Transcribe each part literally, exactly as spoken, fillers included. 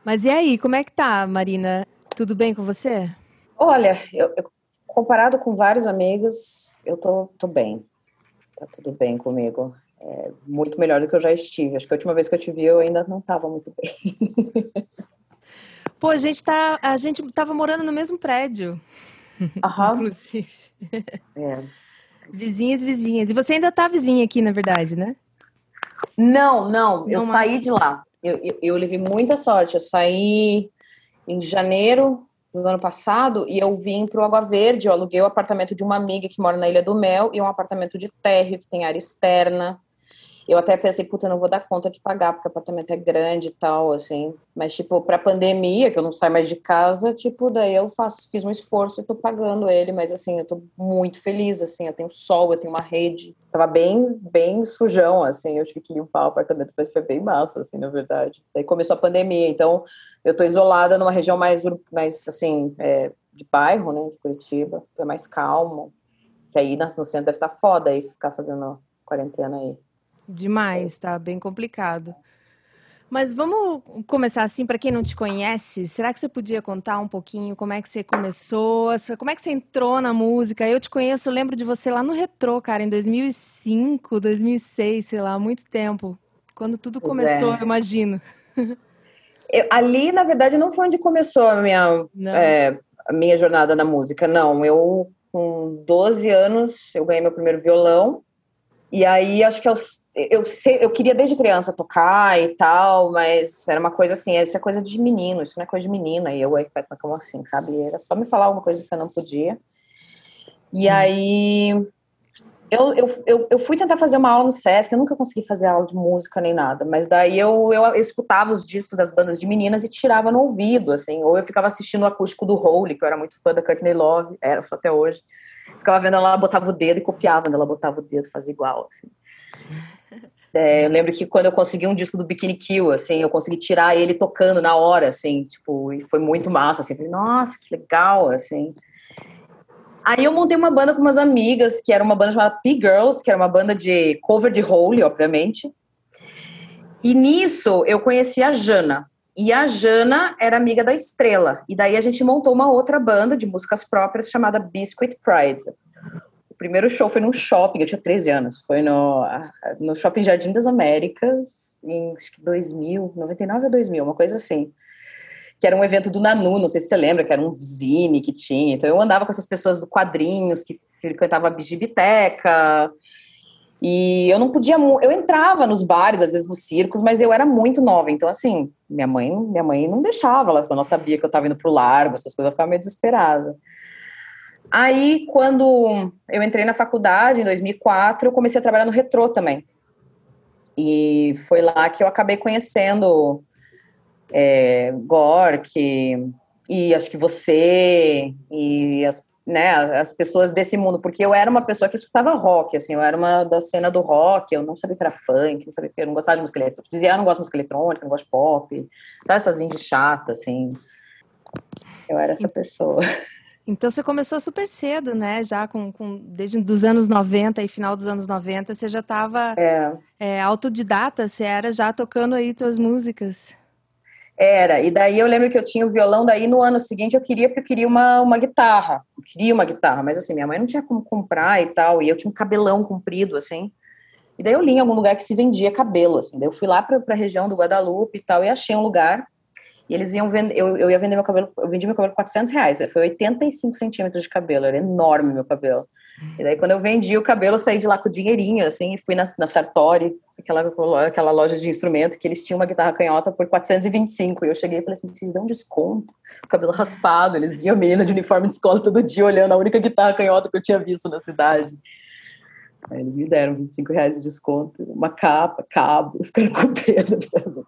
Mas e aí, como é que tá, Marina? Tudo bem com você? Olha, eu, eu- comparado com vários amigos, eu tô, tô bem. Tá tudo bem comigo. É muito melhor do que eu já estive. Acho que a última vez que eu te vi, eu ainda não estava muito bem. Pô, a gente tá, a gente tava morando no mesmo prédio, Aham. inclusive. É. Vizinhas, vizinhas. E você ainda tá vizinha aqui, na verdade, né? Não, não, eu Não saí mais. de lá. Eu, eu, eu levei muita sorte. Eu saí em janeiro do ano passado e eu vim para o Água Verde. Eu aluguei o apartamento de uma amiga que mora na Ilha do Mel e um apartamento de térreo que tem área externa. Eu até pensei, puta, eu não vou dar conta de pagar, porque o apartamento é grande e tal, assim. Mas, tipo, pra pandemia, que eu não saio mais de casa, tipo, daí eu faço, fiz um esforço e tô pagando ele, mas, assim, eu tô muito feliz, assim. Eu tenho sol, eu tenho uma rede. Tava bem, bem sujão, assim. Eu tive que limpar o apartamento, mas foi bem massa, assim, na verdade. Daí começou a pandemia, então eu tô isolada numa região mais, mais assim, é, de bairro, né, de Curitiba, que é mais calmo. Que aí no centro deve estar foda aí ficar fazendo quarentena aí. Não sei. Demais, tá bem complicado. Mas vamos começar assim, para quem não te conhece, será que você podia contar um pouquinho como é que você começou, essa- como é que você entrou na música? Eu te conheço, eu lembro de você lá no Retrô, cara, em dois mil e cinco, dois mil e seis, sei lá, há muito tempo. Quando tudo Pois começou, eu é. imagino. Eu- ali, na verdade, não foi onde começou a minha, Não. é, a minha jornada na música, não. Eu, com doze anos, eu ganhei meu primeiro violão. E aí, acho que eu, eu, sei- eu queria desde criança tocar e tal, mas era uma coisa assim, isso é coisa de menino, isso não é coisa de menina. E eu, "Ué, como assim, sabe? Era só me falar alguma coisa que eu não podia. E aí, Eu, eu, eu, eu fui tentar fazer uma aula no Sesc, eu nunca consegui fazer aula de música nem nada, mas daí eu, eu, eu escutava os discos das bandas de meninas e tirava no ouvido, assim, ou eu ficava assistindo o acústico do Hole, que eu era muito fã da Courtney Love, era, só até hoje. Ficava vendo ela, botava o dedo e copiava, quando ela botava o dedo, fazia igual, assim. É, eu lembro que quando eu consegui um disco do Bikini Kill, assim, eu consegui tirar ele tocando na hora, assim, tipo, e foi muito massa, assim, falei, nossa, que legal, assim. Aí eu montei uma banda com umas amigas, que era uma banda chamada P-Girls, que era uma banda de cover de Hole, obviamente. E nisso eu conheci a Jana. E a Jana era amiga da Estrela. E daí a gente montou uma outra banda de músicas próprias chamada Biscuit Pride. O primeiro show foi num shopping, eu tinha treze anos. Foi no, no Shopping Jardim das Américas, em acho que dois mil, noventa e nove ou dois mil, uma coisa assim. Que era um evento do Nanu, não sei se você lembra, que era um zine que tinha. Então eu andava com essas pessoas do quadrinhos, que frequentava a Bigibiteca, e eu não podia, eu entrava nos bares, às vezes nos circos, mas eu era muito nova, então assim, minha mãe, minha mãe não deixava, ela, quando ela sabia que eu estava indo pro largo, essas coisas, eu ficava meio desesperada. Aí, quando eu entrei na faculdade, em dois mil e quatro, eu comecei a trabalhar no Retrô também. E foi lá que eu acabei conhecendo é, Gork, e acho que você, e as, né, as pessoas desse mundo, porque eu era uma pessoa que escutava rock, assim, eu era uma da cena do rock, eu não sabia que era funk, não sabia que eu não gostava de música eletrônica, dizia, ah, não gosto de música eletrônica, não gosto de pop, sabe, essas indie chatas, assim, eu era essa pessoa. Então você começou super cedo, né? Já com, com desde os anos noventa e final dos anos noventa, você já estava É, autodidata, você era já tocando aí suas músicas. era, e daí eu lembro que eu tinha o violão, daí no ano seguinte eu queria, porque eu queria uma, uma guitarra, eu queria uma guitarra, mas assim, minha mãe não tinha como comprar e tal, e eu tinha um cabelão comprido, assim. E daí eu li em algum lugar que se vendia cabelo, assim. Daí eu fui lá para a região do Guadalupe e tal, e achei um lugar. E eles iam vender, eu, eu ia vender meu cabelo, eu vendi meu cabelo por quatrocentos reais. Foi oitenta e cinco centímetros de cabelo, era enorme meu cabelo. E daí quando eu vendi o cabelo, eu saí de lá com dinheirinho, assim, e fui na, na Sartori, aquela, aquela loja de instrumento, que eles tinham uma guitarra canhota por quatrocentos e vinte e cinco. E eu cheguei e falei assim, vocês dão desconto? O cabelo raspado, eles viam a menina de uniforme de escola todo dia, olhando a única guitarra canhota que eu tinha visto na cidade. Aí eles me deram vinte e cinco reais de desconto, uma capa, cabo, ficaram com pena.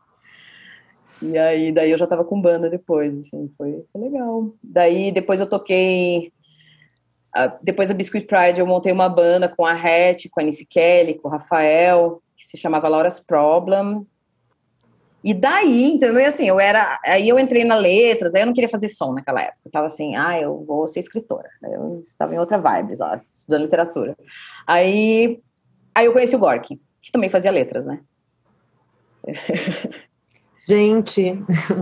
E aí, daí eu já tava com banda depois, assim, foi, foi legal. Daí, depois eu toquei, a- depois da Biscuit Pride, eu montei uma banda com a Hattie, com a Nice Kelly, com o Rafael, que se chamava Laura's Problem. E daí, então, eu, assim, eu era, aí eu entrei na letras, aí eu não queria fazer som naquela época. Eu tava assim, ah, eu vou ser escritora. Eu estava em outra vibe, lá, estudando literatura. Aí, aí eu conheci o Gorky, que também fazia letras, né? Gente,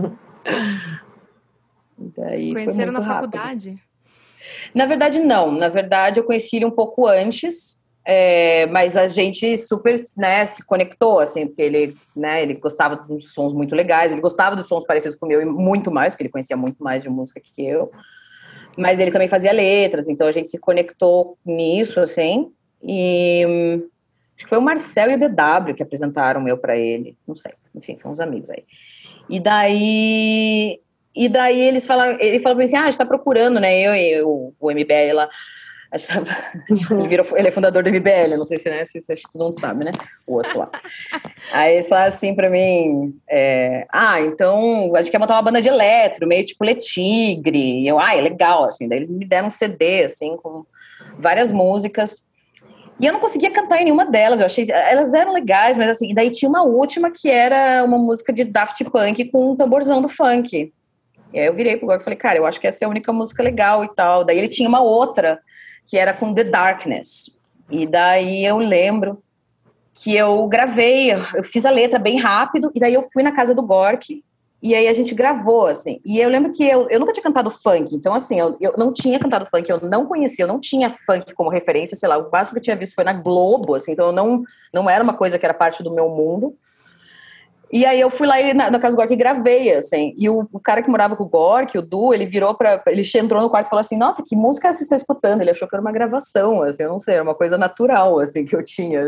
Daí Se foi conheceram muito na rápido. faculdade? Na verdade, não. Na verdade, eu conheci ele um pouco antes, é, mas a gente super, né, se conectou, assim, porque ele, né, ele gostava de sons muito legais, ele gostava dos sons parecidos com o meu e muito mais, porque ele conhecia muito mais de música que eu. Mas ele também fazia letras, então a gente se conectou nisso, assim, e hum, acho que foi o Marcel e o D W que apresentaram o meu para ele, não sei, enfim, foram uns amigos aí. E daí, e daí eles falaram, ele falou pra mim assim, ah, a gente tá procurando, né, eu e eu, o M B L lá, a gente tava, ele, virou, ele é fundador do M B L, não sei se, né, se, se todo mundo sabe, né, o outro lá. Aí eles falaram assim pra mim, é, ah, então a gente quer montar uma banda de eletro, meio tipo Le Tigre. E eu, ah, é legal, assim. Daí eles me deram um C D, assim, com várias músicas. E eu não conseguia cantar em nenhuma delas, eu achei, elas eram legais, mas assim, e daí tinha uma última que era uma música de Daft Punk com um tamborzão do funk. E aí eu virei pro Gork e falei, cara, eu acho que essa é a única música legal e tal. Daí ele tinha uma outra que era com The Darkness. E daí eu lembro que eu gravei, eu fiz a letra bem rápido, e daí eu fui na casa do Gork, e aí a gente gravou, assim. E eu lembro que eu, eu nunca tinha cantado funk, então, assim, eu, eu não tinha cantado funk, eu não conhecia, eu não tinha funk como referência, sei lá, o básico que eu tinha visto foi na Globo, assim, então eu não, não era uma coisa que era parte do meu mundo. E aí eu fui lá na, na casa do Gork e gravei, assim, e o, o cara que morava com o Gork, o Du, ele virou pra, ele entrou no quarto e falou assim, nossa, que música você está escutando? Ele achou que era uma gravação, assim, eu não sei, era uma coisa natural, assim, que eu tinha,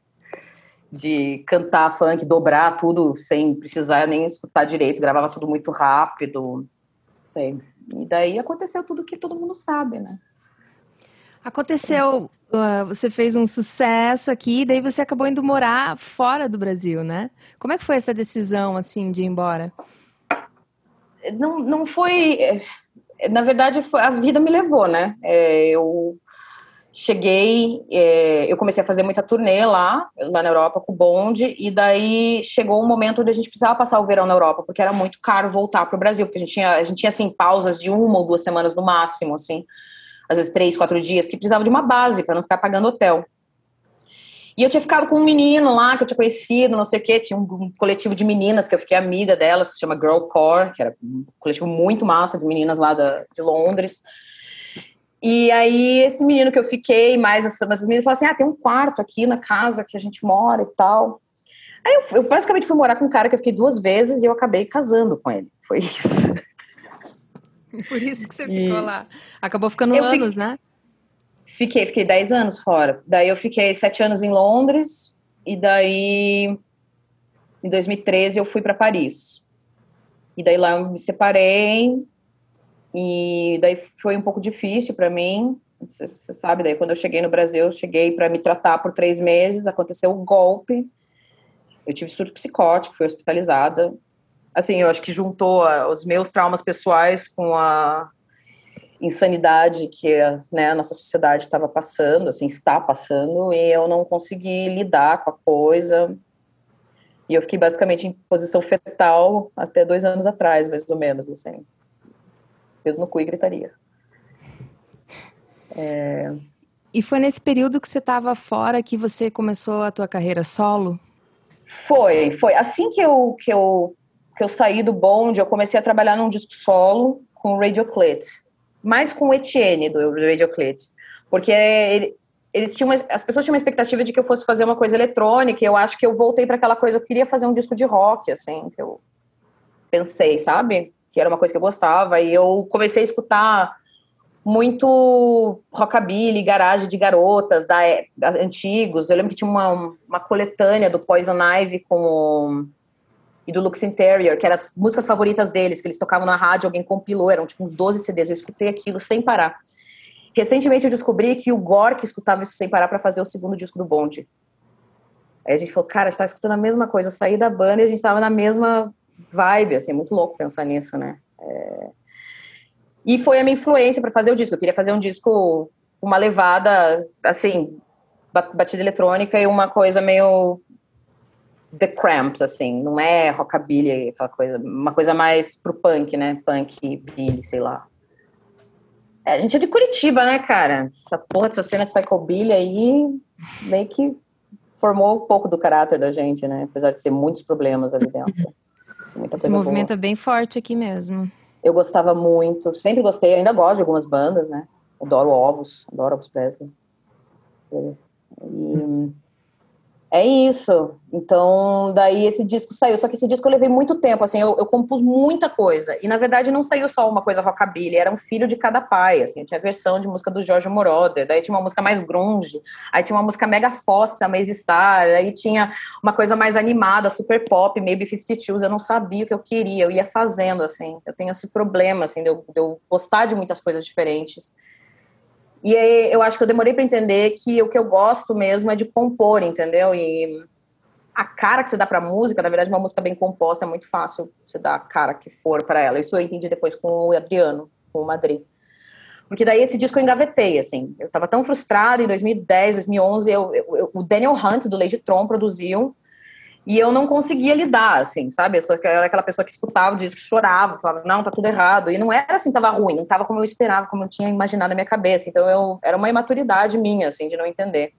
de cantar funk, dobrar tudo sem precisar nem escutar direito, gravava tudo muito rápido, sei. E daí aconteceu tudo que todo mundo sabe, né? Aconteceu, uh, você fez um sucesso aqui, daí você acabou indo morar fora do Brasil, né? Como é que foi essa decisão, assim, de ir embora? Não, não foi... Na verdade, foi, a vida me levou, né? É, eu cheguei, é, eu comecei a fazer muita turnê lá, lá na Europa com o bonde, e daí chegou um momento onde a gente precisava passar o verão na Europa, porque era muito caro voltar para o Brasil, porque a gente tinha, a gente tinha, assim, pausas de uma ou duas semanas no máximo, assim, às vezes três, quatro dias, que precisava de uma base para não ficar pagando hotel. E eu tinha ficado com um menino lá que eu tinha conhecido, não sei o quê, tinha um, um coletivo de meninas que eu fiquei amiga delas, que se chama Girl Core, que era um coletivo muito massa de meninas lá da, de Londres. E aí, esse menino que eu fiquei, mais essas meninas falaram assim, ah, tem um quarto aqui na casa que a gente mora e tal. Aí eu, eu basicamente fui morar com um cara que eu fiquei duas vezes e eu acabei casando com ele. Foi isso. Por isso que você E ficou lá. Acabou ficando eu anos, fiquei, né? fiquei, fiquei dez anos fora. Daí eu fiquei sete anos em Londres e daí, em dois mil e treze, eu fui para Paris. E daí lá eu me separei e daí foi um pouco difícil para mim. Você sabe, daí quando eu cheguei no Brasil, eu cheguei para me tratar por três meses, aconteceu um golpe, eu tive surto psicótico, fui hospitalizada. Assim, eu acho que juntou a, os meus traumas pessoais com a insanidade que, né, a nossa sociedade estava passando, assim, está passando, e eu não consegui lidar com a coisa. E eu fiquei basicamente em posição fetal até dois anos atrás, mais ou menos, assim. Dedo no cu e gritaria. É... E foi nesse período que você estava fora que você começou a tua carreira solo? Foi, foi. Assim que eu, que eu, que eu saí do bonde, eu comecei a trabalhar num disco solo com o Radioclete. Mais com o Etienne do Radioclete. Porque ele, eles tinham uma, as pessoas tinham uma expectativa de que eu fosse fazer uma coisa eletrônica, e eu acho que eu voltei para aquela coisa, eu queria fazer um disco de rock, assim, que eu pensei, sabe? Que era uma coisa que eu gostava, e eu comecei a escutar muito rockabilly, garagem de garotas da, da, antigos. Eu lembro que tinha uma, uma coletânea do Poison Ivy com o, e do Lux Interior, que eram as músicas favoritas deles, que eles tocavam na rádio, alguém compilou, eram tipo uns doze C Ds, eu escutei aquilo sem parar. Recentemente eu descobri que o Gork escutava isso sem parar para fazer o segundo disco do bonde. Aí a gente falou, cara, a gente tá escutando a mesma coisa, eu saí da banda e a gente tava na mesma vibe, assim, é muito louco pensar nisso, né? É... E foi a minha influência para fazer o disco. Eu queria fazer um disco, uma levada, assim, batida eletrônica e uma coisa meio The Cramps, assim. Não é rockabilly, aquela coisa, uma coisa mais pro punk, né? Punk, billy, sei lá. É, a gente é de Curitiba, né, cara? Essa porra dessa cena de psychobilly aí meio que formou um pouco do caráter da gente, né? Apesar de ser muitos problemas ali dentro. Muita Esse coisa movimento boa. é bem forte aqui mesmo. Eu gostava muito, sempre gostei, ainda gosto de algumas bandas, né? Adoro Ovos, adoro Elvis Presley. E é isso. Então, daí esse disco saiu. Só que esse disco eu levei muito tempo, assim, eu, eu compus muita coisa. E, na verdade, não saiu só uma coisa rockabilly, era um filho de cada pai, assim. Tinha a versão de música do Jorge Moroder, daí tinha uma música mais grunge, aí tinha uma música mega fossa, Maze Star, aí tinha uma coisa mais animada, super pop, Maybe cinquenta e dois, eu não sabia o que eu queria, eu ia fazendo, assim. Eu tenho esse problema, assim, de eu, de eu gostar de muitas coisas diferentes. E aí, eu acho que eu demorei para entender que o que eu gosto mesmo é de compor, entendeu? E a cara que você dá para música, na verdade, uma música bem composta é muito fácil você dar a cara que for para ela. Isso eu entendi depois com o Adriano, com o Madrid. Porque daí esse disco eu engavetei, assim. Eu tava tão frustrada em dois mil e dez, dois mil e onze, eu, eu, eu, o Daniel Hunt, do Lady Tron, produziu, e eu não conseguia lidar, assim, sabe? Eu só era aquela pessoa que escutava o disco, chorava, falava, não, tá tudo errado. E não era assim, tava ruim, não tava como eu esperava, como eu tinha imaginado na minha cabeça. Então, eu, era uma imaturidade minha, assim, de não entender.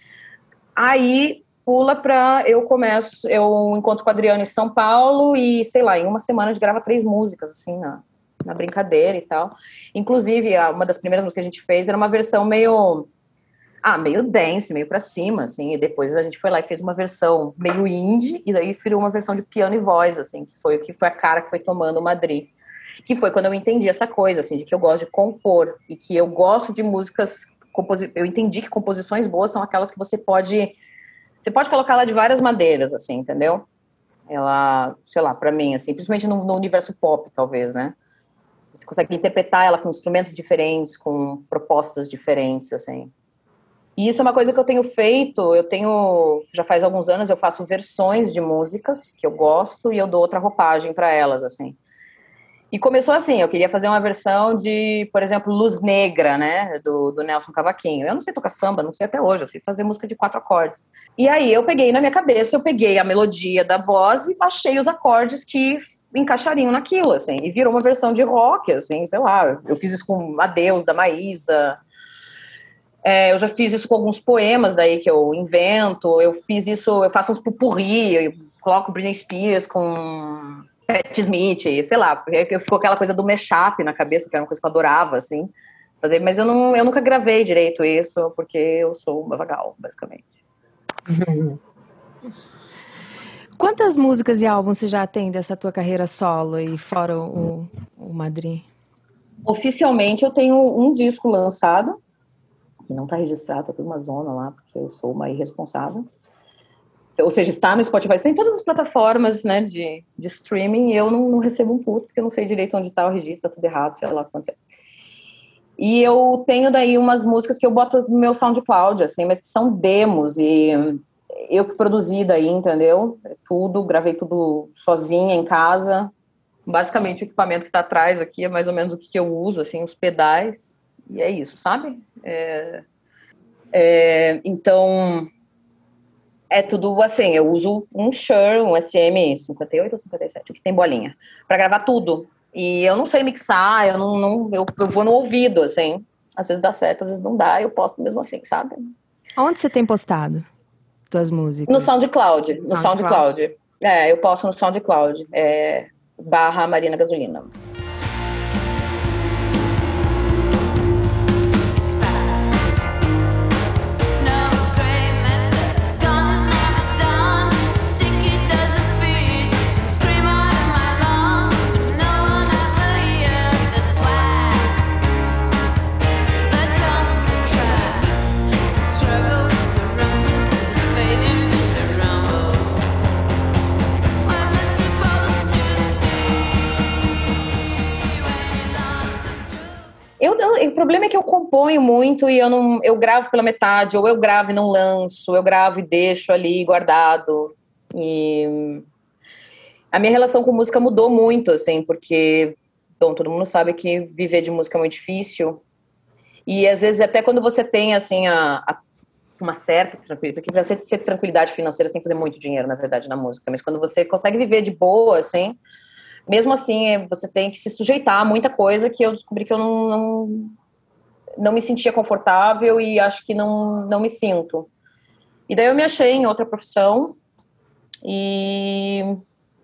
Aí, pula pra, eu começo, eu encontro com a Adriana em São Paulo e, sei lá, em uma semana a gente grava três músicas, assim, na, na brincadeira e tal. Inclusive, uma das primeiras músicas que a gente fez era uma versão meio... Ah, meio dance, meio pra cima, assim, e depois a gente foi lá e fez uma versão meio indie, e daí virou uma versão de piano e voz, assim, que foi o que foi a cara que foi tomando o Madrid. Que foi quando eu entendi essa coisa, assim, de que eu gosto de compor, e que eu gosto de músicas, composi- eu entendi que composições boas são aquelas que você pode, você pode colocar ela de várias maneiras, assim, entendeu? Ela, sei lá, pra mim, assim, principalmente no, no universo pop, talvez, né? Você consegue interpretar ela com instrumentos diferentes, com propostas diferentes, assim. E isso é uma coisa que eu tenho feito, eu tenho, já faz alguns anos, eu faço versões de músicas que eu gosto e eu dou outra roupagem para elas, assim. E começou assim, eu queria fazer uma versão de, por exemplo, Luz Negra, né, do, do Nelson Cavaquinho. Eu não sei tocar samba, não sei até hoje, eu sei fazer música de quatro acordes. E aí eu peguei na minha cabeça, eu peguei a melodia da voz e baixei os acordes que encaixariam naquilo, assim, e virou uma versão de rock, assim, sei lá, eu fiz isso com Adeus, da Maísa. É, eu já fiz isso com alguns poemas daí que eu invento, eu fiz isso, eu faço uns pupurri, eu coloco Britney Spears com Patti Smith, sei lá, porque ficou aquela coisa do mashup na cabeça, que era uma coisa que eu adorava, assim, fazer, mas eu, não, eu nunca gravei direito isso, porque eu sou uma vagal, basicamente. Quantas músicas e álbuns você já tem dessa tua carreira solo e fora o, o Madrid? Oficialmente eu tenho um disco lançado, que não está registrado, tá tudo uma zona lá, porque eu sou uma irresponsável. Ou seja, está no Spotify, tem todas as plataformas, né, de, de streaming, e eu não, não recebo um puto, porque eu não sei direito onde está o registro, tá tudo errado, sei lá o que aconteceu. E eu tenho daí umas músicas que eu boto no meu SoundCloud, assim, mas que são demos, e eu que produzi daí, entendeu? Tudo, gravei tudo sozinha em casa. Basicamente o equipamento que tá atrás aqui é mais ou menos o que eu uso, assim, os pedais, e é isso, sabe? É, é, então, é tudo assim, eu uso um Shure, um S M cinquenta e oito ou cinquenta e sete, o que tem bolinha, pra gravar tudo. E eu não sei mixar, eu não, não eu, eu vou no ouvido, assim. Às vezes dá certo, às vezes não dá, eu posto mesmo assim, sabe? Onde você tem postado tuas músicas? No SoundCloud, No no SoundCloud? SoundCloud. É, eu posto no SoundCloud, é, barra Marina Gasolina. Eu, eu, o problema é que eu componho muito e eu não, eu gravo pela metade, ou eu gravo e não lanço, eu gravo e deixo ali guardado. E a minha relação com música mudou muito, assim, porque, bom, todo mundo sabe que viver de música é muito difícil. E às vezes até quando você tem, assim, a, a, uma certa tranquilidade, porque pra você ter tranquilidade financeira você tem que fazer muito dinheiro, na verdade, na música, mas quando você consegue viver de boa, assim, mesmo assim, você tem que se sujeitar a muita coisa que eu descobri que eu não, não, não me sentia confortável e acho que não, não me sinto. E daí eu me achei em outra profissão e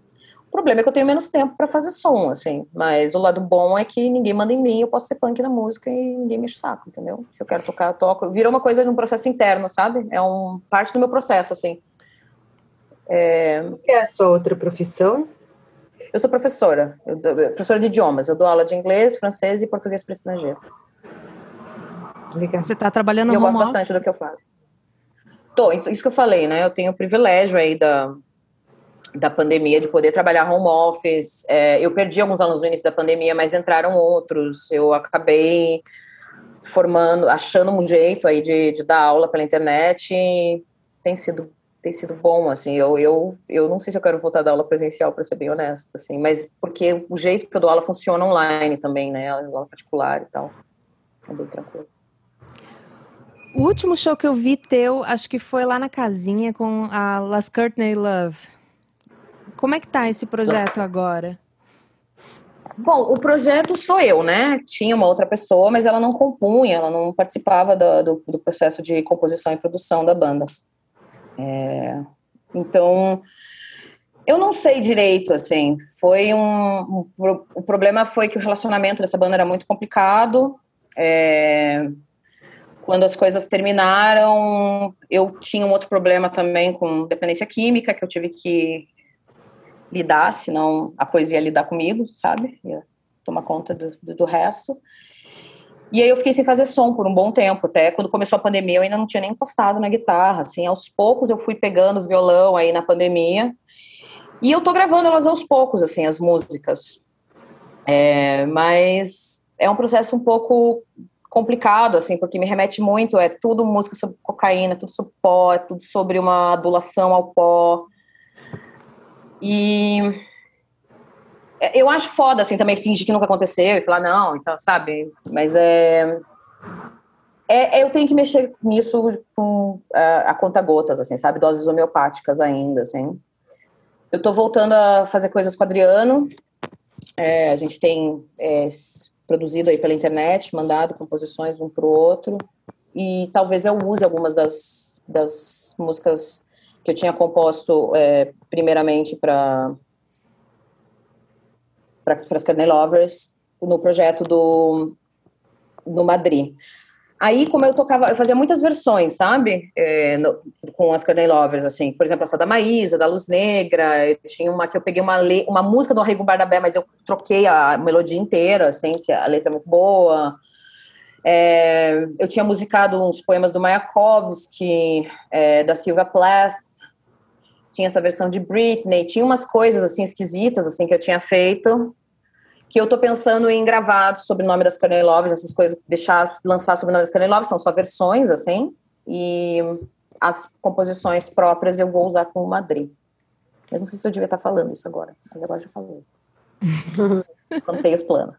O problema é que eu tenho menos tempo para fazer som, assim. Mas o lado bom é que ninguém manda em mim, eu posso ser punk na música e ninguém me enche o saco, entendeu? Se eu quero tocar, eu toco. Vira uma coisa de um processo interno, sabe? É um parte do meu processo, assim. É... O que é a sua outra profissão? Eu sou professora, eu dou, professora de idiomas. Eu dou aula de inglês, francês e português para estrangeiro. Legal. Você está trabalhando no home office? Eu gosto office? bastante do que eu faço. Tô, isso que eu falei, né? Eu tenho o privilégio aí da, da pandemia de poder trabalhar home office. É, eu perdi alguns alunos no início da pandemia, mas entraram outros. Eu acabei formando, achando um jeito aí de, de dar aula pela internet e tem sido tem sido bom, assim. Eu, eu, eu não sei se eu quero voltar a dar aula presencial, para ser bem honesta, assim, mas porque o jeito que eu dou aula funciona online também, né? Aula particular e tal. É bem tranquilo. O último show que eu vi teu, acho que foi lá na casinha com a Last Courtney Love. Como é que tá esse projeto agora? Bom, o projeto sou eu, né? Tinha uma outra pessoa, mas ela não compunha, ela não participava do, do, do processo de composição e produção da banda. É, então, eu não sei direito, assim. Foi um, um... O problema foi que o relacionamento dessa banda era muito complicado. É, quando as coisas terminaram, eu tinha um outro problema também com dependência química, que eu tive que lidar, senão a poesia ia lidar comigo, sabe? Ia tomar conta do, do, do resto. E aí eu fiquei sem fazer som por um bom tempo, até quando começou a pandemia eu ainda não tinha nem encostado na guitarra, assim, aos poucos eu fui pegando violão aí na pandemia, e eu tô gravando elas aos poucos, assim, as músicas. É, mas é um processo um pouco complicado, assim, porque me remete muito, é tudo música sobre cocaína, tudo sobre pó, é tudo sobre uma adulação ao pó. E eu acho foda, assim, também fingir que nunca aconteceu e falar, não, então, sabe? Mas é... é eu tenho que mexer nisso com a, a conta-gotas, assim, sabe? Doses homeopáticas ainda, assim. Eu tô voltando a fazer coisas com o Adriano. É, a gente tem é, produzido aí pela internet, mandado composições um pro outro. E talvez eu use algumas das, das músicas que eu tinha composto é, primeiramente para para as Courtney Lovers, no projeto do, do Madrid. Aí, como eu tocava, eu fazia muitas versões, sabe? É, no, com as Courtney Lovers, assim. Por exemplo, essa da Maísa, da Luz Negra. Eu tinha uma que eu peguei uma, le, uma música do Arrigo Barnabé, mas eu troquei a melodia inteira, assim, que a letra é muito boa. É, eu tinha musicado uns poemas do Mayakovsky, é, da Sylvia Plath. Tinha essa versão de Britney. Tinha umas coisas, assim, esquisitas, assim, que eu tinha feito, que eu tô pensando em gravar sob o nome das Courtney Lovers, essas coisas, deixar lançar sob o nome das Courtney Lovers, são só versões, assim, e as composições próprias eu vou usar com o Madrid. Mas não sei se eu devia estar falando isso agora, mas agora já falei. Contei os planos.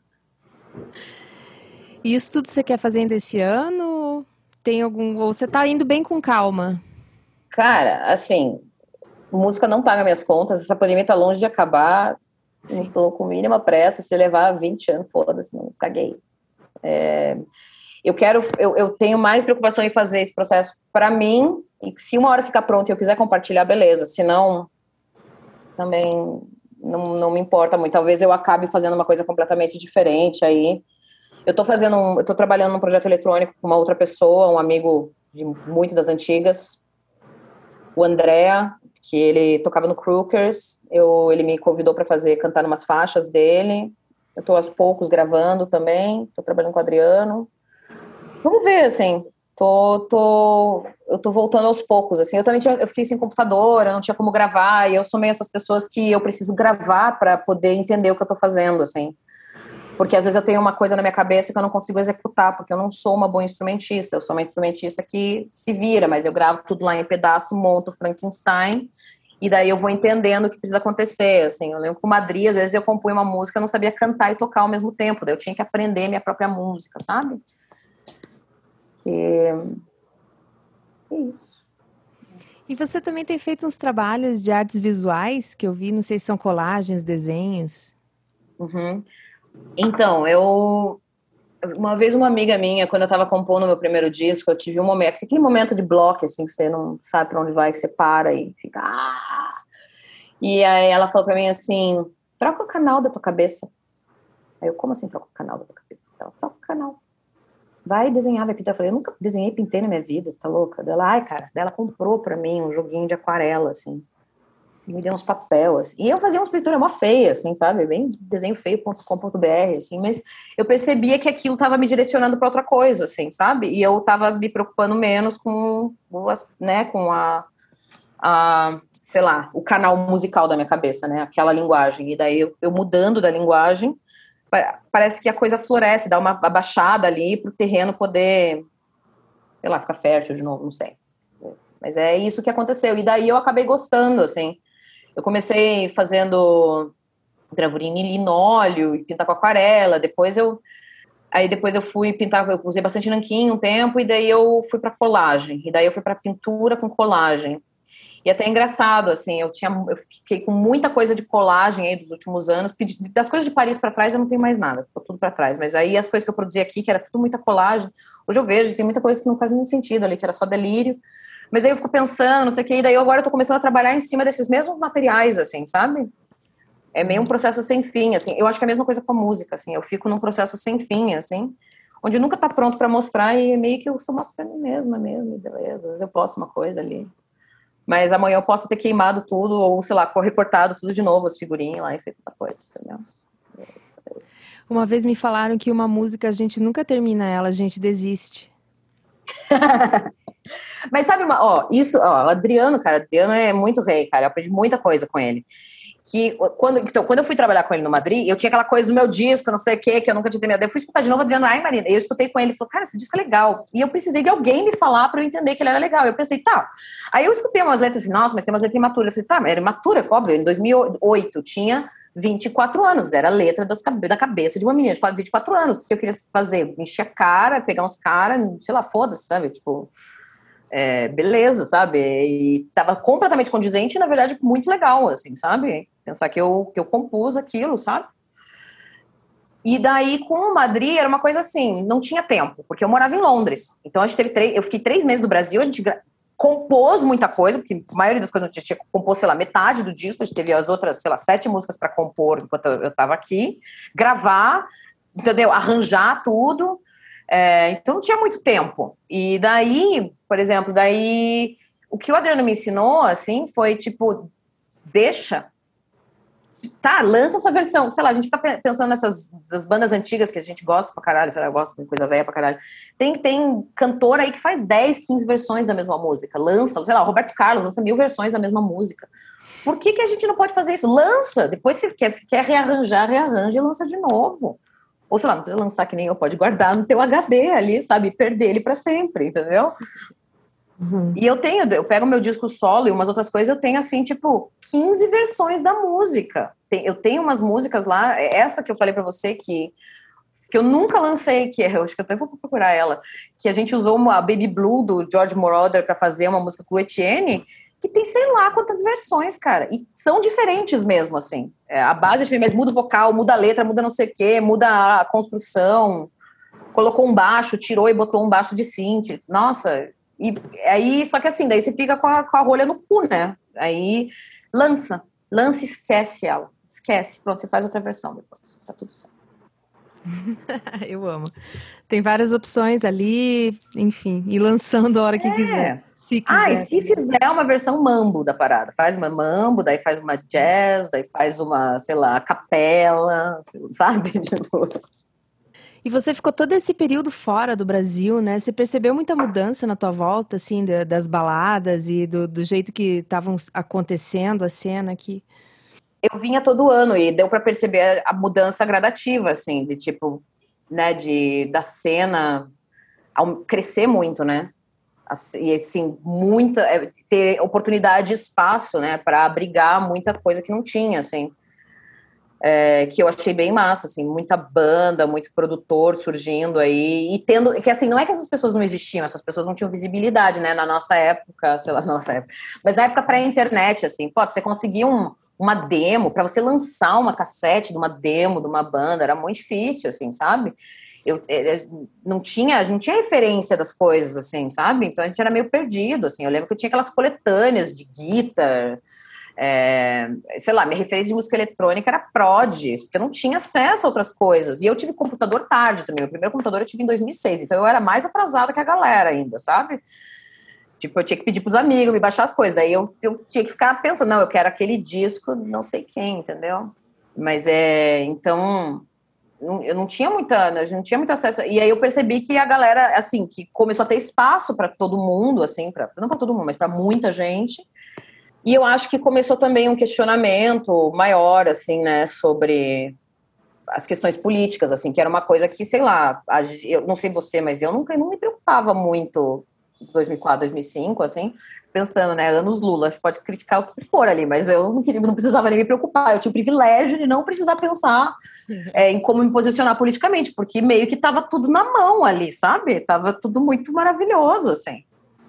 E isso tudo você quer fazer ainda esse ano? Tem algum... Ou você tá indo bem com calma? Cara, assim, música não paga minhas contas, essa pandemia tá longe de acabar. Sim. Não tô com mínima pressa, se levar vinte anos, foda-se, não caguei. É, eu quero, eu, eu tenho mais preocupação em fazer esse processo para mim, e se uma hora ficar pronto e eu quiser compartilhar, beleza, senão também não, não me importa muito, talvez eu acabe fazendo uma coisa completamente diferente aí. Eu tô fazendo, um, eu tô trabalhando num projeto eletrônico com uma outra pessoa, um amigo de muito das antigas, o André, que ele tocava no Crookers, eu, ele me convidou para fazer, cantar umas faixas dele, eu tô aos poucos gravando também, tô trabalhando com o Adriano, vamos ver, assim, tô, tô, eu tô voltando aos poucos, assim, eu também tinha, eu fiquei sem computador, eu não tinha como gravar, e eu sou meio essas pessoas que eu preciso gravar para poder entender o que eu tô fazendo, assim, porque às vezes eu tenho uma coisa na minha cabeça que eu não consigo executar, porque eu não sou uma boa instrumentista, eu sou uma instrumentista que se vira, mas eu gravo tudo lá em pedaço, monto Frankenstein, e daí eu vou entendendo o que precisa acontecer, assim, eu lembro que com o Madrid, às vezes eu compunha uma música, eu não sabia cantar e tocar ao mesmo tempo, daí eu tinha que aprender minha própria música, sabe? Que... é isso. E você também tem feito uns trabalhos de artes visuais, que eu vi, não sei se são colagens, desenhos. Uhum. Então, eu... Uma vez uma amiga minha, quando eu tava compondo meu primeiro disco, eu tive um momento, aquele momento de bloco, assim, que você não sabe pra onde vai, que você para e fica... Ah! E aí ela falou pra mim assim, troca o canal da tua cabeça. Aí eu, como assim troca o canal da tua cabeça? Ela, troca o canal. Vai desenhar, vai pintar. Eu falei, eu nunca desenhei, pintei na minha vida, você tá louca? Ela, ai, cara, ela comprou pra mim um joguinho de aquarela, assim. Me deu uns papéis, assim. E eu fazia umas pinturas mó feias, assim, sabe? Bem desenho feio ponto com ponto b r, assim. Mas eu percebia que aquilo tava me direcionando pra outra coisa, assim, sabe? E eu tava me preocupando menos com, né, com a, a, sei lá, o canal musical da minha cabeça, né? Aquela linguagem. E daí eu, eu mudando da linguagem, parece que a coisa floresce, dá uma abaixada ali pro terreno poder, sei lá, ficar fértil de novo, não sei. Mas é isso que aconteceu. E daí eu acabei gostando, assim. Eu comecei fazendo gravurinha em linóleo e pintar com aquarela. Depois eu, aí depois eu fui pintar, eu usei bastante nanquim um tempo e daí eu fui para colagem. E daí eu fui para pintura com colagem. E até é engraçado, assim, eu tinha, eu fiquei com muita coisa de colagem aí dos últimos anos. Das coisas de Paris para trás eu não tenho mais nada, ficou tudo para trás. Mas aí as coisas que eu produzi aqui, que era tudo muita colagem, hoje eu vejo, tem muita coisa que não faz nenhum sentido ali, que era só delírio. Mas aí eu fico pensando, não sei o que, e daí eu agora eu tô começando a trabalhar em cima desses mesmos materiais, assim, sabe? É meio um processo sem fim, assim. Eu acho que é a mesma coisa com a música, assim. Eu fico num processo sem fim, assim, onde nunca tá pronto para mostrar e é meio que eu só mostro pra mim mesma mesmo, beleza. Às vezes eu posto uma coisa ali. Mas amanhã eu posso ter queimado tudo, ou, sei lá, recortado tudo de novo, as figurinhas lá e feito outra coisa, entendeu? É isso aí. Uma vez me falaram que uma música a gente nunca termina ela, a gente desiste. Mas sabe, uma, ó, isso, ó, o Adriano, cara, Adriano é muito rei, cara, eu aprendi muita coisa com ele. Que quando, então, quando eu fui trabalhar com ele no Madrid, eu tinha aquela coisa do meu disco, não sei o quê, que eu nunca tinha terminado. Eu fui escutar de novo, Adriano, ai, Marina, eu escutei com ele, ele falou, cara, esse disco é legal. E eu precisei de alguém me falar pra eu entender que ele era legal. Eu pensei, tá. Aí eu escutei umas letras, assim, nossa, mas tem umas letras imaturas. Eu falei, tá, mas era imatura, óbvio, em dois mil e oito eu tinha vinte e quatro anos, era a letra das, da cabeça de uma menina de vinte e quatro anos. O que eu queria fazer? Encher a cara, pegar uns caras, sei lá, foda-se, sabe? Tipo... É, beleza, sabe? E tava completamente condizente e, na verdade, muito legal, assim, sabe? Pensar que eu, que eu compus aquilo, sabe? E daí, com o Madrid, era uma coisa assim, não tinha tempo, porque eu morava em Londres. Então, a gente teve três, eu fiquei três meses no Brasil, a gente gra- compôs muita coisa, porque a maioria das coisas a gente tinha compôs, sei lá, metade do disco, a gente teve as outras, sei lá, sete músicas para compor enquanto eu, eu tava aqui, gravar, entendeu? Arranjar tudo. É, então não tinha muito tempo. E daí, por exemplo, daí o que o Adriano me ensinou, assim, foi tipo, deixa, tá, lança essa versão. Sei lá, a gente tá pensando nessas das bandas antigas que a gente gosta pra caralho, sei lá, eu gosto de coisa velha pra caralho. Tem, tem cantor aí que faz dez, quinze versões da mesma música, lança, sei lá, o Roberto Carlos lança mil versões da mesma música. Por que que a gente não pode fazer isso? Lança, depois se quer, se quer rearranjar, rearranja e lança de novo. Ou, sei lá, não precisa lançar que nem eu, pode guardar no teu H D ali, sabe? E perder ele para sempre, entendeu? Uhum. E eu tenho, eu pego meu disco solo e umas outras coisas, eu tenho, assim, tipo, quinze versões da música. Eu tenho umas músicas lá, essa que eu falei para você, que, que eu nunca lancei, que eu acho que eu até vou procurar ela, que a gente usou uma Baby Blue do George Moroder para fazer uma música com o Etienne, que tem sei lá quantas versões, cara, e são diferentes mesmo, assim, é, a base é diferente, mas muda o vocal, muda a letra, muda não sei o quê, muda a construção, colocou um baixo, tirou e botou um baixo de synth, nossa, e aí, só que assim, daí você fica com a, com a rolha no cu, né, aí lança, lança e esquece ela, esquece, pronto, você faz outra versão depois, tá tudo certo. Eu amo. Tem várias opções ali, enfim, e lançando a hora que é. quiser. Se quiser. Ah, e se fizer uma versão mambo da parada, faz uma mambo, daí faz uma jazz, daí faz uma, sei lá, capela, sabe? E você ficou todo esse período fora do Brasil, né? Você percebeu muita mudança na tua volta, assim, das baladas e do, do jeito que estavam acontecendo a cena aqui? Eu vinha todo ano e deu para perceber a mudança gradativa, assim, de tipo, né, de, da cena crescer muito, né? E, assim, muita, ter oportunidade e espaço, né, para abrigar muita coisa que não tinha, assim, é, que eu achei bem massa, assim, muita banda, muito produtor surgindo aí, e tendo, que assim, não é que essas pessoas não existiam, essas pessoas não tinham visibilidade, né, na nossa época, sei lá, na nossa época, mas na época pré-internet, assim, pô, você conseguia um, uma demo, para você lançar uma cassete de uma demo de uma banda, era muito difícil, assim, sabe? Eu, eu não tinha, a gente não tinha referência das coisas, assim, sabe? Então a gente era meio perdido, assim. Eu lembro que eu tinha aquelas coletâneas de guitar, É, sei lá, minha referência de música eletrônica era prog, porque eu não tinha acesso a outras coisas. E eu tive computador tarde também. Meu primeiro computador eu tive em dois mil e seis, então eu era mais atrasada que a galera ainda, sabe? Tipo, eu tinha que pedir pros amigos me baixar as coisas. Daí eu, eu tinha que ficar pensando, não, eu quero aquele disco, não sei quem, entendeu? Mas é, então, eu não tinha muita, eu não tinha muito acesso. E aí eu percebi que a galera, assim, que começou a ter espaço para todo mundo, assim, pra, não para todo mundo, mas para muita gente. E eu acho que começou também um questionamento maior, assim, né, sobre as questões políticas, assim, que era uma coisa que, sei lá, eu não sei você, mas eu nunca não me preocupava muito em dois mil e quatro, dois mil e cinco, assim, pensando, né, anos Lula, você pode criticar o que for ali, mas eu não, queria, não precisava nem me preocupar, eu tinha o privilégio de não precisar pensar é, em como me posicionar politicamente, porque meio que tava tudo na mão ali, sabe? Tava tudo muito maravilhoso, assim.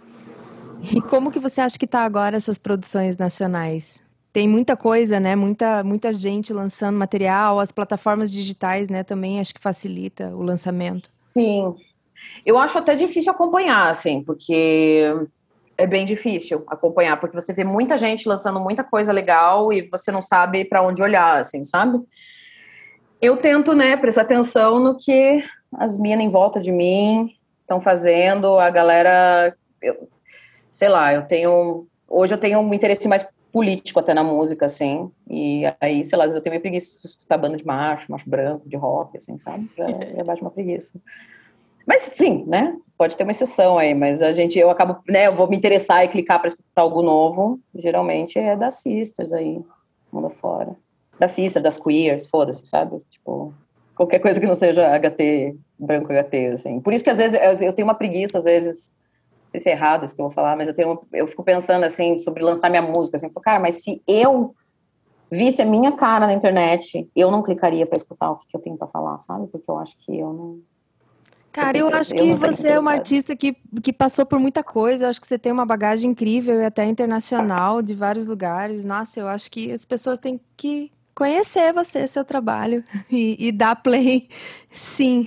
E como que você acha que tá agora essas produções nacionais? Tem muita coisa, né? Muita, muita gente lançando material, as plataformas digitais, né? Também acho que facilita o lançamento. Sim. Eu acho até difícil acompanhar, assim, porque é bem difícil acompanhar, porque você vê muita gente lançando muita coisa legal e você não sabe para onde olhar, assim, sabe? Eu tento, né, prestar atenção no que as minas em volta de mim estão fazendo, a galera... Eu, sei lá, eu tenho... Hoje eu tenho um interesse mais político até na música, assim, e aí, sei lá, às vezes eu tenho meio preguiça de escutar banda de macho, macho branco, de rock, assim, sabe? Já, já bate uma preguiça. Mas sim, né? Pode ter uma exceção aí, mas a gente, eu acabo, né? Eu vou me interessar e clicar para escutar algo novo. Geralmente é das sisters aí, mundo fora. Das sisters, das queers, foda-se, sabe? Tipo, qualquer coisa que não seja H T, branco H T, assim. Por isso que às vezes eu, eu tenho uma preguiça, às vezes, não sei se é errado isso que eu vou falar, mas eu, tenho, eu fico pensando, assim, sobre lançar minha música, assim, eu falo, cara, mas se eu visse a minha cara na internet, eu não clicaria para escutar o que, que eu tenho para falar, sabe? Porque eu acho que eu não... Cara, eu acho que você é uma artista que, que passou por muita coisa. Eu acho que você tem uma bagagem incrível e até internacional de vários lugares. Nossa, eu acho que as pessoas têm que conhecer você, seu trabalho e, e dar play, sim.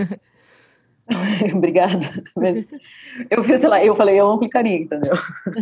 Obrigada. Mas eu fiz, sei lá, eu falei, eu não clicaria, entendeu?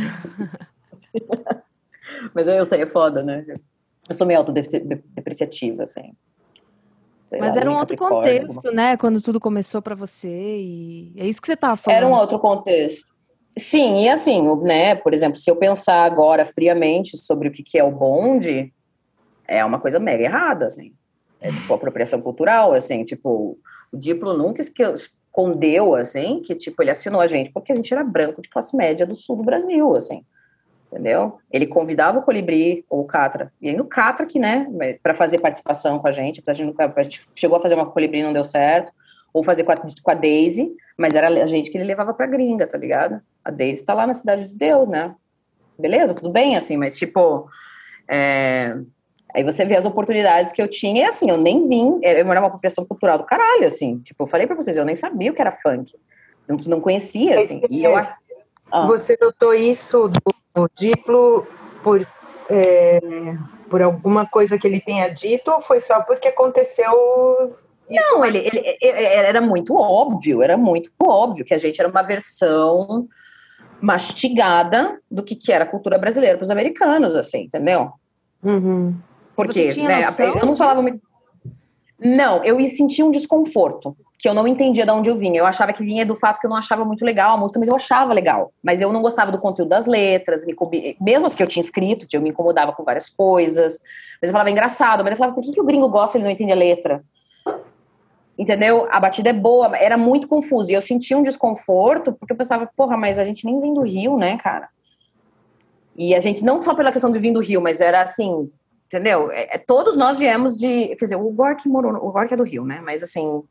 Mas eu sei, é foda, né? Eu sou meio autodepreciativa, assim. Sei Mas lá, era um Lua em outro Capricórnio, contexto, alguma... né? Quando tudo começou pra você e é isso que você tava falando. Era um outro contexto. Sim, e assim, né? Por exemplo, se eu pensar agora friamente sobre o que, que é o bonde, é uma coisa mega errada, assim. É tipo apropriação cultural, assim, tipo, o Diplo nunca escondeu, assim, que tipo, ele assinou a gente porque a gente era branco de classe média do sul do Brasil, assim. Entendeu? Ele convidava o Colibri ou o Catra, e aí no Catra que, né, para fazer participação com a gente, a gente, nunca, a gente chegou a fazer uma com o Colibri e não deu certo, ou fazer com a, com a Daisy, mas era a gente que ele levava pra gringa, tá ligado? A Daisy tá lá na Cidade de Deus, né? Beleza, tudo bem, assim, mas tipo, é... aí você vê as oportunidades que eu tinha, e assim, eu nem vim, eu era uma apropriação cultural do caralho, assim, tipo, eu falei pra vocês, eu nem sabia o que era funk, não, não conhecia, assim, e eu... Ah. Você notou isso do Diplo por, é, por alguma coisa que ele tenha dito, ou foi só porque aconteceu isso? Não, ele, ele, ele era muito óbvio, era muito óbvio que a gente era uma versão mastigada do que, que era a cultura brasileira para os americanos, assim, entendeu? Uhum. Porque, Você tinha né, noção eu não falava disso? muito... Não, eu sentia um desconforto, que eu não entendia de onde eu vinha. Eu achava que vinha do fato que eu não achava muito legal a música, mas eu achava legal. Mas eu não gostava do conteúdo das letras, me, mesmo as que eu tinha escrito, eu me incomodava com várias coisas. Mas eu falava, é engraçado. Mas eu falava, por que, que o gringo gosta e ele não entende a letra? Entendeu? A batida é boa, era muito confuso. E eu sentia um desconforto, porque eu pensava, porra, mas a gente nem vem do Rio, né, cara? E a gente, não só pela questão de vir do Rio, mas era assim... Entendeu? É, todos nós viemos de... Quer dizer, o Gork morou... O Gork é do Rio, né? Mas, assim...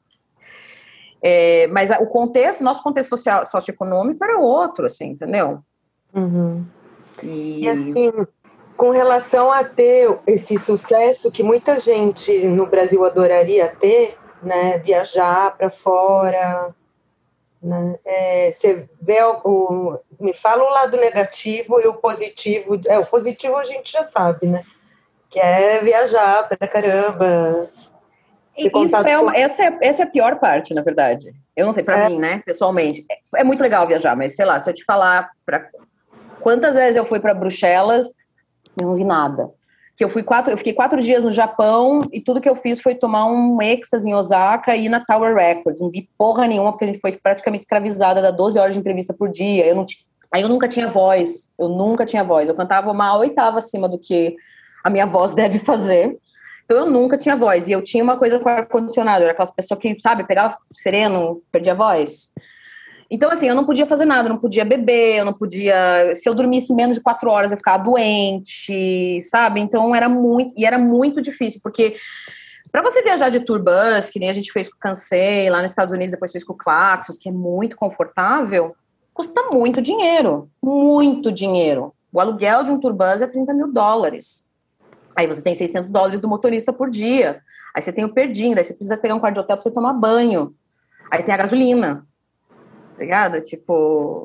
É, mas o contexto, nosso contexto social, socioeconômico era outro, assim, entendeu? Uhum. E... e, assim, com relação a ter esse sucesso que muita gente no Brasil adoraria ter, né? Viajar para fora... Né? É, você vê o, o... Me fala o lado negativo e o positivo... É, o positivo a gente já sabe, né? Que é viajar pra caramba. Isso é uma, essa, é, essa é a pior parte, na verdade. Eu não sei, pra é. mim, né, pessoalmente. É, é muito legal viajar, mas sei lá, se eu te falar pra, quantas vezes eu fui pra Bruxelas, Eu não vi nada. Que eu fui quatro, eu fiquei quatro dias no Japão e tudo que eu fiz foi tomar um êxtase em Osaka e ir na Tower Records. Não vi porra nenhuma, porque a gente foi praticamente escravizada, da doze horas de entrevista por dia. Eu não t... Aí eu nunca tinha voz. Eu nunca tinha voz. Eu cantava uma oitava acima do que a minha voz deve fazer. Então eu nunca tinha voz. E eu tinha uma coisa com ar-condicionado. Era aquelas pessoas que, sabe, pegava sereno, perdia a voz. Então, assim, eu não podia fazer nada, eu não podia beber, eu não podia... Se eu dormisse menos de quatro horas, eu ficava doente, sabe? Então, era muito... E era muito difícil, porque para você viajar de tour bus, que nem a gente fez com o Kansei, lá nos Estados Unidos, depois fez com o Klaxos, que é muito confortável, custa muito dinheiro. Muito dinheiro. O aluguel de um tour bus é trinta mil dólares. Aí você tem seiscentos dólares do motorista por dia. Aí você tem o perdinho, daí você precisa pegar um quarto de hotel para você tomar banho. Aí tem a gasolina. Ligado? Tipo,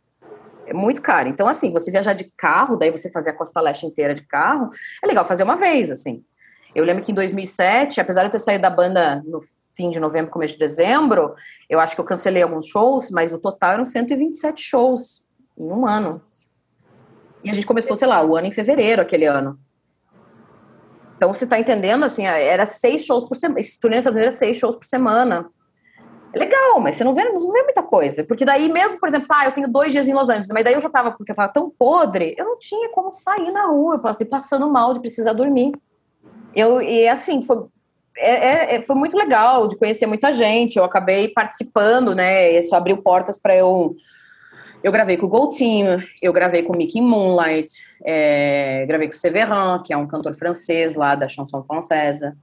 é muito caro. Então, assim, você viajar de carro, daí você fazer a Costa Leste inteira de carro, é legal fazer uma vez, assim. Eu lembro que em dois mil e sete, apesar de eu ter saído da banda no fim de novembro, começo de dezembro, eu acho que eu cancelei alguns shows, mas o total eram cento e vinte e sete shows em um ano. E a gente começou, sei lá, o ano em fevereiro, aquele ano. Então, você tá entendendo, assim, era seis shows por semana. Esse turnê era seis shows por semana. É legal, mas você não vê, não vê muita coisa. Porque daí mesmo, por exemplo, ah, eu tenho dois dias em Los Angeles, mas daí eu já tava, porque eu tava tão podre, eu não tinha como sair na rua, eu tava passando mal de precisar dormir. Eu, e assim, foi, é, é, foi muito legal de conhecer muita gente, eu acabei participando, né, isso abriu portas para eu... Eu gravei com o Gold Team, eu gravei com o Mickey Moonlight, é, gravei com o Severin, que é um cantor francês lá da chanson francesa.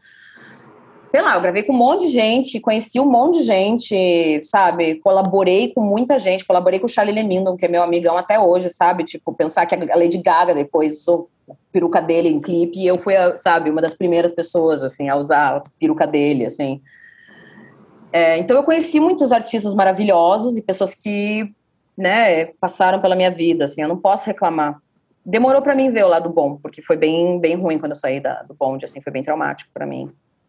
Sei lá, eu gravei com um monte de gente, conheci um monte de gente, sabe? Colaborei com muita gente, colaborei com o Charlie Lemindon, que é meu amigão até hoje, sabe? Tipo, pensar que a Lady Gaga depois usou a peruca dele em clipe e eu fui, sabe, uma das primeiras pessoas, assim, a usar a peruca dele, assim. É, então eu conheci muitos artistas maravilhosos e pessoas que, né, passaram pela minha vida, assim, eu não posso reclamar. Demorou pra mim ver o lado bom, porque foi bem, bem ruim quando eu saí da, do bonde, assim, foi bem traumático pra mim.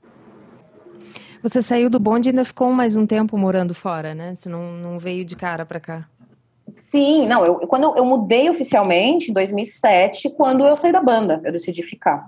Você saiu do bonde e ainda ficou mais um tempo morando fora, né? Você não, não veio de cara pra cá. Sim, não, eu, quando eu, eu mudei oficialmente em dois mil e sete, quando eu saí da banda, eu decidi ficar.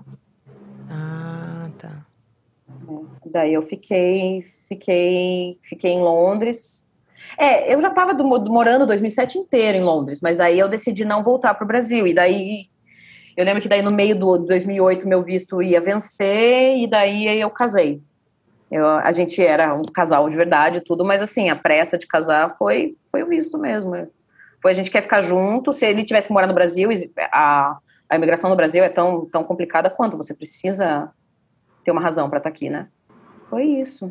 Ah, tá. Daí eu fiquei, fiquei, fiquei em Londres. É, eu já estava morando dois mil e sete inteiro em Londres, mas daí eu decidi não voltar para o Brasil. E daí, eu lembro que daí no meio do dois mil e oito meu visto ia vencer e daí eu casei. Eu, a gente era um casal de verdade e tudo, mas assim, a pressa de casar foi, foi o visto mesmo. Foi a gente quer ficar junto, se ele tivesse que morar no Brasil, a, a imigração no Brasil é tão, tão complicada quanto, você precisa ter uma razão para estar aqui, né? Foi isso.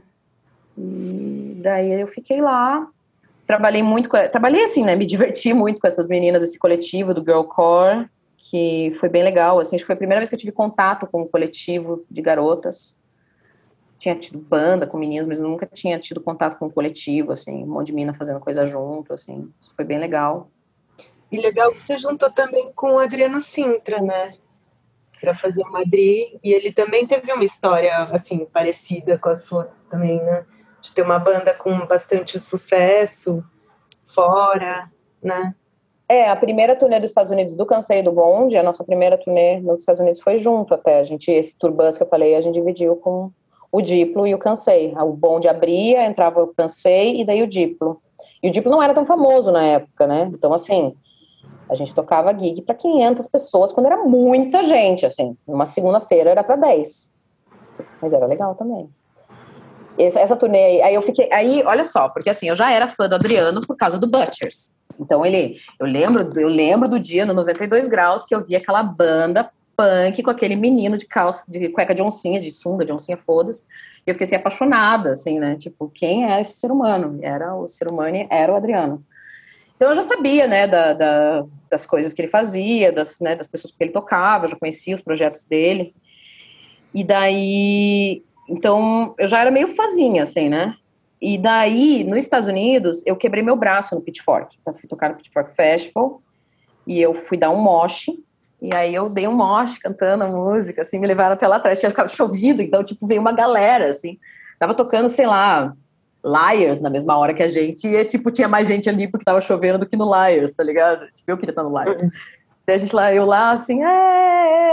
E daí eu fiquei lá, trabalhei muito, com, trabalhei assim, né, me diverti muito com essas meninas, esse coletivo do Girlcore, que foi bem legal, assim, acho que foi a primeira vez que eu tive contato com um coletivo de garotas. Tinha tido banda com meninas, mas eu nunca tinha tido contato com um coletivo, assim, um monte de mina fazendo coisa junto, assim, isso foi bem legal. E legal que você juntou também com o Adriano Sintra, né, para fazer o Madrid, e ele também teve uma história, assim, parecida com a sua também, né, de ter uma banda com bastante sucesso fora, né. É, a primeira turnê dos Estados Unidos do Kansei do Bonde, a nossa primeira turnê nos Estados Unidos foi junto até, a gente, esse tour bus que eu falei, a gente dividiu com o Diplo e o Kansei. O bonde abria, entrava o Kansei e daí o Diplo. E o Diplo não era tão famoso na época, né? Então, assim, a gente tocava gig para quinhentas pessoas, quando era muita gente, assim. Uma segunda-feira era para dez. Mas era legal também. Essa, essa turnê aí, aí eu fiquei... Aí, olha só, porque assim, eu já era fã do Adriano por causa do Butchers. Então, ele... Eu lembro, eu lembro do dia, no noventa e dois graus, que eu vi aquela banda punk com aquele menino de calça, de cueca de oncinha, de sunga, de oncinha, foda-se. E eu fiquei assim, apaixonada, assim, né? Tipo, quem é esse ser humano? Era o ser humano, era o Adriano. Então eu já sabia, né, da, da, das coisas que ele fazia, das, né, das pessoas que ele tocava, eu já conhecia os projetos dele. E daí, então, eu já era meio fazinha, assim, né? E daí, nos Estados Unidos, eu quebrei meu braço no Pitchfork. Então, fui tocar no Pitchfork Festival, e eu fui dar um mosh. E aí eu dei um mosh cantando a música, assim, me levaram até lá atrás, tinha ficado chovido, então, tipo, veio uma galera, assim, tava tocando, sei lá, Liars na mesma hora que a gente, e, tipo, tinha mais gente ali porque tava chovendo do que no Liars, tá ligado? Tipo, eu queria estar no Liars. Uhum. Daí a gente lá, eu lá, assim, é,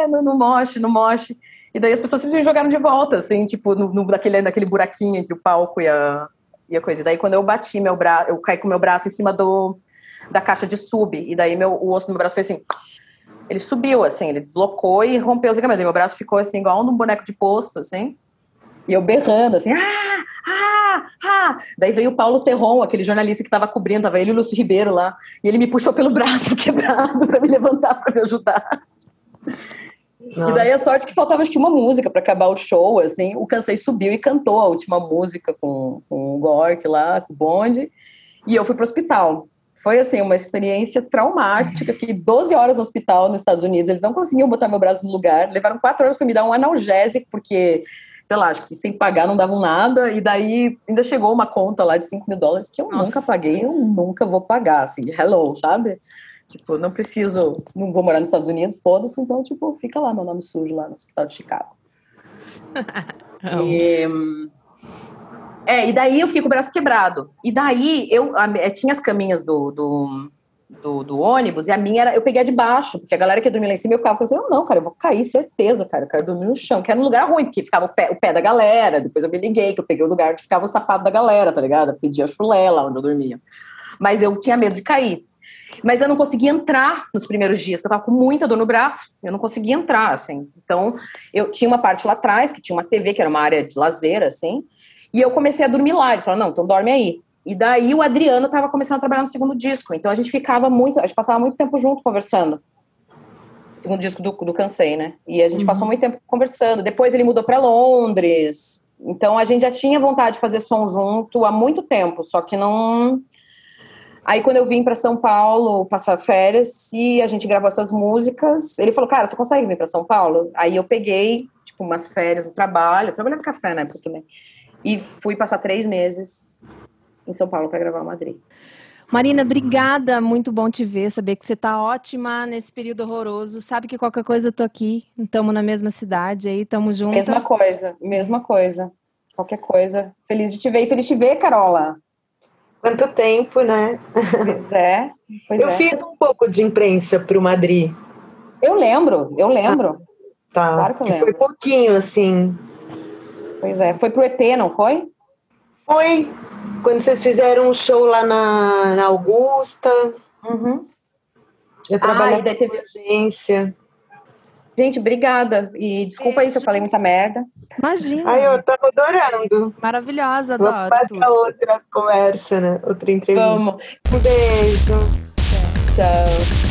é, no, no moche, no moche. E daí as pessoas simplesmente jogaram de volta, assim, tipo, no, no, naquele, naquele buraquinho entre o palco e a, e a coisa. E daí quando eu bati meu braço, eu caí com o meu braço em cima do, da caixa de sub, e daí meu, o osso do meu braço foi assim, ele subiu, assim, ele deslocou e rompeu os ligamentos. E meu braço ficou assim, igual num boneco de posto, assim. E eu berrando, assim, ah, ah, ah. Daí veio o Paulo Terron, aquele jornalista que estava cobrindo, tava ele e o Lúcio Ribeiro lá, e ele me puxou pelo braço quebrado para me levantar, para me ajudar. Não. E daí a sorte que faltava, acho que uma música para acabar o show, assim, o Cansei subiu e cantou a última música com, com o Gork lá, com o bonde, e eu fui pro hospital. Foi, assim, uma experiência traumática. Fiquei doze horas no hospital nos Estados Unidos, eles não conseguiam botar meu braço no lugar, levaram quatro horas para me dar um analgésico, porque... sei lá, acho que sem pagar não davam nada, e daí ainda chegou uma conta lá de cinco mil dólares que eu Nossa. nunca paguei, eu nunca vou pagar, assim, hello, sabe? Tipo, não preciso, não vou morar nos Estados Unidos, foda-se, então, tipo, fica lá meu nome sujo lá no hospital de Chicago. e, é, e daí eu fiquei com o braço quebrado, e daí eu a, tinha as caminhas do... do Do, do ônibus, e a minha era, eu peguei a de baixo, porque a galera que ia dormir lá em cima, eu ficava pensando, não, cara, eu vou cair, certeza, cara, eu quero dormir no chão, que era um lugar ruim, porque ficava o pé, o pé da galera, depois eu me liguei, que eu peguei o lugar onde ficava o sapato da galera, tá ligado? Eu pedia chulé lá onde eu dormia. Mas eu tinha medo de cair. Mas eu não conseguia entrar nos primeiros dias, porque eu tava com muita dor no braço, eu não conseguia entrar, assim. Então, eu tinha uma parte lá atrás, que tinha uma T V, que era uma área de lazer, assim, e eu comecei a dormir lá, eles falaram, não, então dorme aí. E daí o Adriano estava começando a trabalhar no segundo disco, então a gente ficava muito, a gente passava muito tempo junto conversando. Segundo disco do, do Cansei, né? E a gente uhum. passou muito tempo conversando. Depois ele mudou para Londres, então a gente já tinha vontade de fazer som junto há muito tempo, só que não... Aí quando eu vim para São Paulo passar férias e a gente gravou essas músicas, ele falou, cara, você consegue vir para São Paulo? Aí eu peguei, tipo, umas férias no trabalho, eu trabalhava no café na época também, e fui passar três meses em São Paulo para gravar Madrid. Marina, obrigada, muito bom te ver, saber que você tá ótima nesse período horroroso, sabe que qualquer coisa eu tô aqui, estamos na mesma cidade aí, estamos juntas. Mesma coisa, mesma coisa, qualquer coisa, feliz de te ver, e feliz de te ver, Carola. Quanto tempo, né? Pois é. Pois eu é. fiz um pouco de imprensa pro Madrid. Eu lembro, eu lembro. Tá, claro que eu que lembro. Foi pouquinho, assim. Pois é, foi pro E P, não foi? Foi. Quando vocês fizeram um show lá na, na Augusta. Uhum. Eu trabalhei ah, na teve... agência. Gente, obrigada. E desculpa aí se eu falei muita merda. Imagina. Ai, eu tô adorando. Maravilhosa, adoro. Vamos para outra conversa, né? Outra entrevista. Vamos. Um beijo. Tchau.